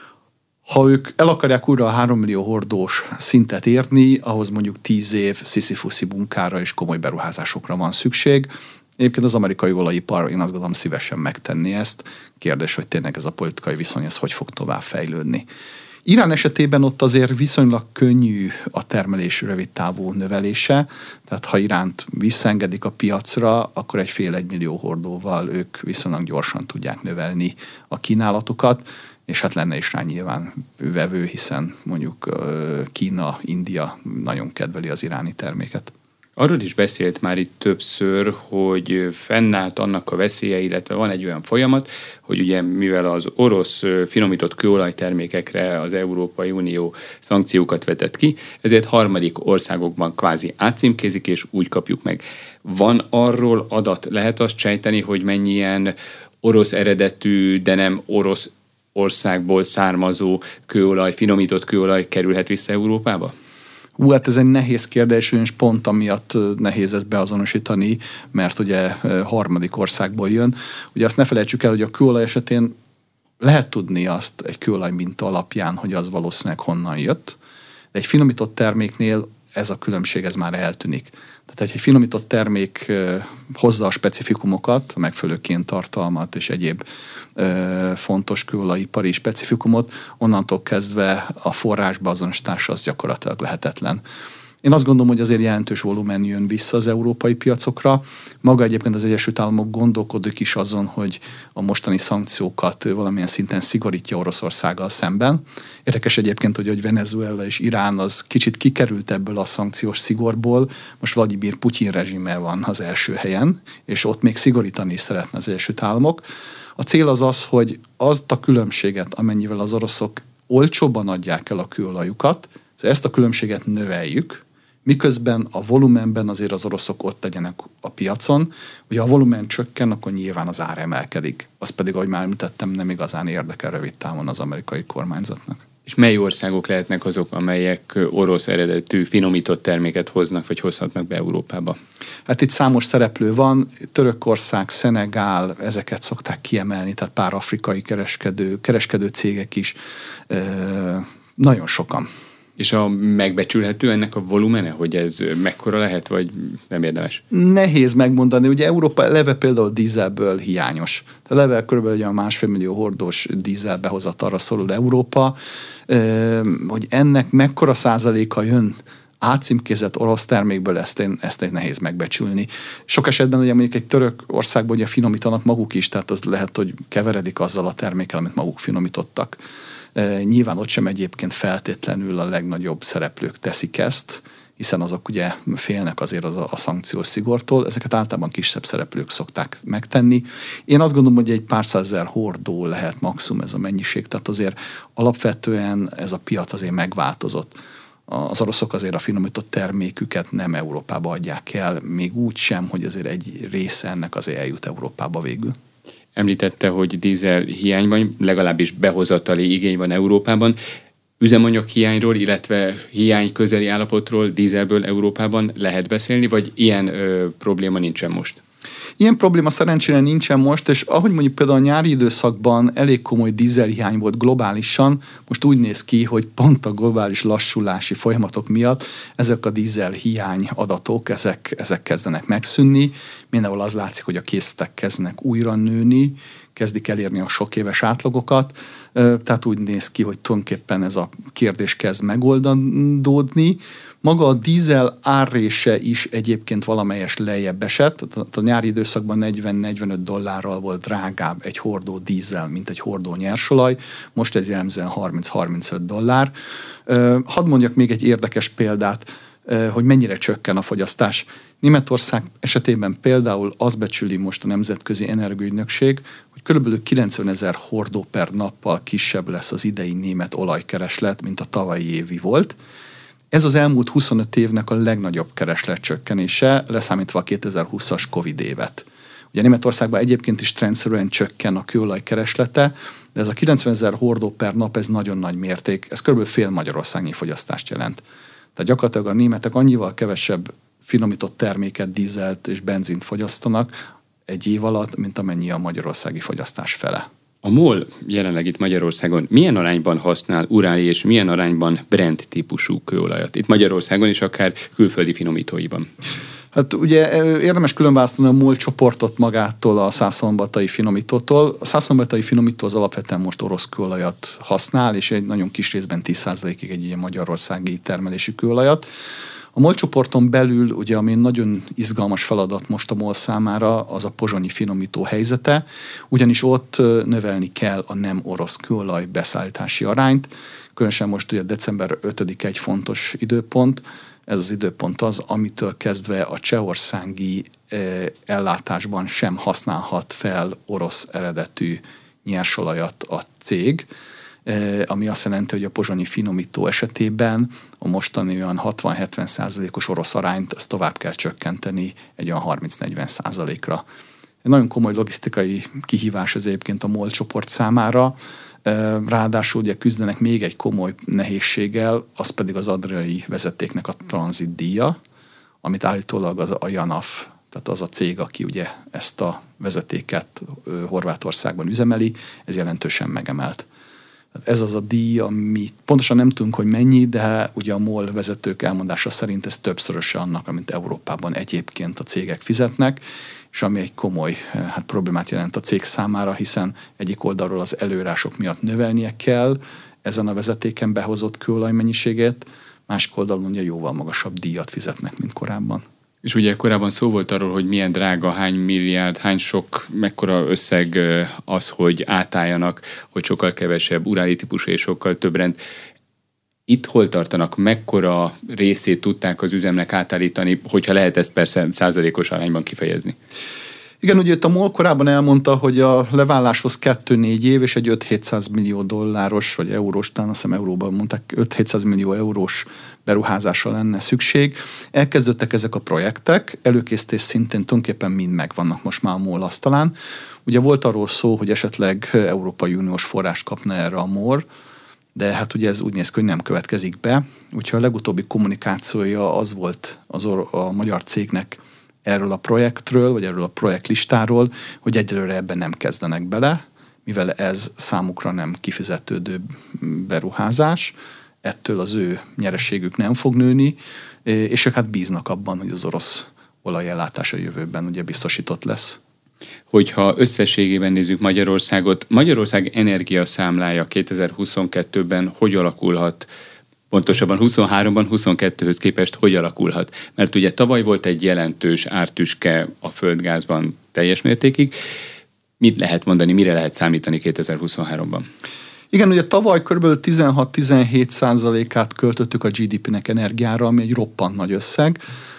Ha ők el akarják újra a 3 millió hordós szintet érni, ahhoz mondjuk 10 év sziszifuszi munkára és komoly beruházásokra van szükség. Egyébként az amerikai olajipar, én azt gondolom, szívesen megtenni ezt. Kérdés, hogy tényleg ez a politikai viszony, ez hogy fog tovább fejlődni. Irán esetében ott azért viszonylag könnyű a termelés rövidtávú növelése, tehát ha Iránt visszaengedik a piacra, akkor 1,5 millió hordóval ők viszonylag gyorsan tudják növelni a kínálatukat, és hát lenne is rá nyilván vevő, hiszen mondjuk Kína, India nagyon kedveli az iráni terméket. Arról is beszélt már itt többször, hogy fennállt annak a veszélye, illetve van egy olyan folyamat, hogy ugye mivel az orosz finomított kőolajtermékekre az Európai Unió szankciókat vetett ki, ezért harmadik országokban kvázi átcímkézik, és úgy kapjuk meg. Van arról adat, lehet azt sejteni, hogy mennyien orosz eredetű, de nem orosz országból származó kőolaj, finomított kőolaj kerülhet vissza Európába? Hát ez egy nehéz kérdés, és pont amiatt nehéz ezt beazonosítani, mert ugye harmadik országból jön. Ugye azt ne felejtsük el, hogy a kőolaj esetén lehet tudni azt egy kőolaj minta alapján, hogy az valószínűleg honnan jött, de egy finomított terméknél ez a különbség ez már eltűnik. Tehát egy finomított termék hozza a specifikumokat, a megfelelő kéntartalmat és egyéb fontos kőolajipari specifikumot, onnantól kezdve a forrásba azonosítása az gyakorlatilag lehetetlen. Én azt gondolom, hogy azért jelentős volumen jön vissza az európai piacokra. Maga egyébként az Egyesült Államok gondolkodik is azon, hogy a mostani szankciókat valamilyen szinten szigorítja Oroszországgal szemben. Érdekes egyébként, hogy Venezuela és Irán az kicsit kikerült ebből a szankciós szigorból. Most Vladimir Putyin rezsime van az első helyen, és ott még szigorítani is szeretne az Egyesült Államok. A cél az, hogy azt a különbséget, amennyivel az oroszok olcsóbban adják el a kőolajukat, ezt a különbséget növeljük, miközben a volumenben azért az oroszok ott legyenek a piacon. Ugye ha a volumen csökken, akkor nyilván az ár emelkedik. Az pedig, ahogy már említettem, nem igazán érdekel rövid távon az amerikai kormányzatnak. És mely országok lehetnek azok, amelyek orosz eredetű finomított terméket hoznak, vagy hozhatnak be Európába? Hát itt számos szereplő van, Törökország, Szenegál, ezeket szokták kiemelni, tehát pár afrikai kereskedő cégek is, nagyon sokan. És a megbecsülhető ennek a volumene, hogy ez mekkora lehet, vagy nem érdemes? Nehéz megmondani. Ugye Európa eleve például dízelből hiányos. Tehát eleve kb. A 1,5 millió hordós dízel behozatalra szorul Európa. Hogy ennek mekkora százaléka jön átcímkézett orosz termékből, ezt nehéz megbecsülni. Sok esetben ugye mondjuk egy török országban ugye finomítanak maguk is, tehát az lehet, hogy keveredik azzal a termékkel, amit maguk finomítottak. Nyilván ott sem egyébként feltétlenül a legnagyobb szereplők teszik ezt, hiszen azok ugye félnek azért a szankciós szigortól, ezeket általában kisebb szereplők szokták megtenni. Én azt gondolom, hogy egy pár százezer hordó lehet maximum ez a mennyiség, tehát azért alapvetően ez a piac azért megváltozott. Az oroszok azért a finomított terméküket nem Európába adják el, még úgy sem, hogy azért egy része ennek azért eljut Európába végül. Említette, hogy dízel hiány van, legalábbis behozatali igény van Európában. Üzemanyag hiányról, illetve hiány közeli állapotról dízelből Európában lehet beszélni, vagy ilyen probléma nincsen most? Ilyen probléma szerencsére nincsen most, és ahogy mondjuk például a nyári időszakban elég komoly dízelhiány volt globálisan, most úgy néz ki, hogy pont a globális lassulási folyamatok miatt ezek a dízelhiány adatok, ezek kezdenek megszűnni. Mindenhol az látszik, hogy a készletek kezdenek újra nőni, kezdik elérni a sok éves átlagokat, tehát úgy néz ki, hogy tulajdonképpen ez a kérdés kezd megoldódni. Maga a dízel árrése is egyébként valamelyes lejjebb esett, tehát a nyári időszakban $40-45 volt drágább egy hordó dízel, mint egy hordó nyersolaj, most ez jellemzően $30-35. Hadd mondjak még egy érdekes példát, hogy mennyire csökken a fogyasztás. Németország esetében például azt becsüli most a Nemzetközi Energiaügynökség, hogy kb. 90 000 hordó per nappal kisebb lesz az idei német olajkereslet, mint a tavalyi évi volt. Ez az elmúlt 25 évnek a legnagyobb keresletcsökkenése, leszámítva a 2020-as Covid évet. Ugye Németországban egyébként is trendszerűen csökken a kőolaj kereslete, de ez a 90 000 hordó per nap, ez nagyon nagy mérték, ez kb. Fél magyarországnyi fogyasztást jelent. Tehát gyakorlatilag a németek annyival kevesebb finomított terméket, dízelt és benzint fogyasztanak egy év alatt, mint amennyi a magyarországi fogyasztás fele. A MOL jelenleg itt Magyarországon milyen arányban használ uráli és milyen arányban Brent típusú kőolajat? Itt Magyarországon és akár külföldi finomítóiban. Hát ugye érdemes különválasztani a MOL csoportot magától a Szászolombatai finomítótól. A Szászolombatai finomító az alapvetően most orosz kőolajat használ, és egy nagyon kis részben 10%-ig egy ilyen magyarországi termelésű kőolajat. A MOL csoporton belül, ugye, ami nagyon izgalmas feladat most a MOL számára, az a pozsonyi finomító helyzete, ugyanis ott növelni kell a nem orosz kőolaj beszállítási arányt. Különösen most ugye december 5 egy fontos időpont. Ez az időpont az, amitől kezdve a csehországi ellátásban sem használhat fel orosz eredetű nyersolajat a cég, ami azt jelenti, hogy a pozsonyi finomító esetében a mostani olyan 60-70%-os orosz arányt azt tovább kell csökkenteni egy olyan 30-40%-ra. Egy nagyon komoly logisztikai kihívás az egyébként a MOL csoport számára, ráadásul ugye küzdenek még egy komoly nehézséggel, az pedig az adriai vezetéknek a tranzit díja, amit állítólag a JANAF, tehát az a cég, aki ugye ezt a vezetéket Horvátországban üzemeli, ez jelentősen megemelt. Ez az a díj, amit pontosan nem tudunk, hogy mennyi, de ugye a MOL vezetők elmondása szerint ez többszöröse annak, amit Európában egyébként a cégek fizetnek, és ami egy komoly problémát jelent a cég számára, hiszen egyik oldalról az előírások miatt növelnie kell ezen a vezetéken behozott kőolaj mennyiségét, másik oldalon ugye jóval magasabb díjat fizetnek, mint korábban. És ugye korábban szó volt arról, hogy milyen drága, hány milliárd, mekkora összeg az, hogy átálljanak, hogy sokkal kevesebb uráli típusú és sokkal több rend. Itt hol tartanak, mekkora részét tudták az üzemnek átállítani, hogyha lehet ezt persze százalékos arányban kifejezni? Igen, ugye itt a MOL korábban elmondta, hogy a leváláshoz 2-4 év és egy 5-700 millió dolláros, vagy eurós, talán azt hiszem euróban mondták, 5-700 millió eurós beruházásra lenne szükség. Elkezdődtek ezek a projektek, előkészítés szintén tulajdonképpen mind megvannak most már a MOL asztalán. Ugye volt arról szó, hogy esetleg Európai Uniós forrást kapna erre a MOL, de hát ugye ez úgy néz ki, hogy nem következik be. Úgyhogy a legutóbbi kommunikációja az volt a magyar cégnek erről a projektről, vagy erről a projektlistáról, hogy egyelőre ebben nem kezdenek bele, mivel ez számukra nem kifizetődő beruházás, ettől az ő nyereségük nem fog nőni, és ők hát bíznak abban, hogy az orosz olajellátás a jövőben ugye biztosított lesz. Hogyha összességében nézzük Magyarországot, Magyarország energiaszámlája 2022-ben hogy alakulhat? Pontosabban 23-ban, 22-höz képest hogy alakulhat? Mert ugye tavaly volt egy jelentős ártüske a földgázban teljes mértékig. Mit lehet mondani, mire lehet számítani 2023-ban? Igen, ugye tavaly kb. 16-17%-át költöttük a GDP-nek energiára, ami egy roppant nagy összeg.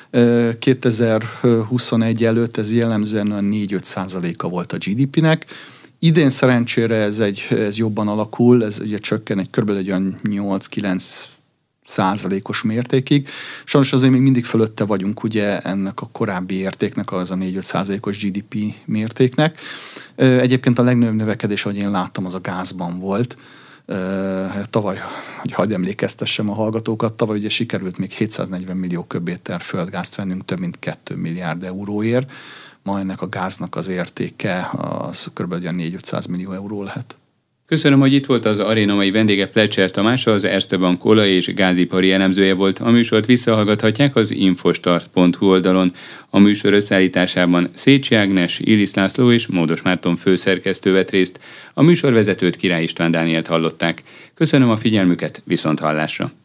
2021 előtt ez jellemzően 4-5%-a volt a GDP-nek. Idén szerencsére ez jobban alakul, ez ugye csökken egy kb. Egy olyan 8-9% mértékig. Sajnos azért még mindig fölötte vagyunk ugye ennek a korábbi értéknek, az a 4-5%-os GDP mértéknek. Egyébként a legnagyobb növekedés, ahogy én láttam, az a gázban volt. Tavaly, hogy hadd emlékeztessem a hallgatókat, tavaly ugye sikerült még 740 millió köbméter földgázt vennünk több mint 2 milliárd euróért. Ma ennek a gáznak az értéke az kb. 4-500 millió euró lehet. Köszönöm, hogy itt volt az aréna mai vendége, Plecser Tamás, az Erste Bank olaj- és gázipari elemzője volt. A műsort visszahallgathatják az infostart.hu oldalon. A műsor összeállításában Szécsi Ágnes, Illis László és Módos Márton főszerkesztő vett részt. A műsorvezetőt Király István Dánielt hallották. Köszönöm a figyelmüket, viszonthallásra!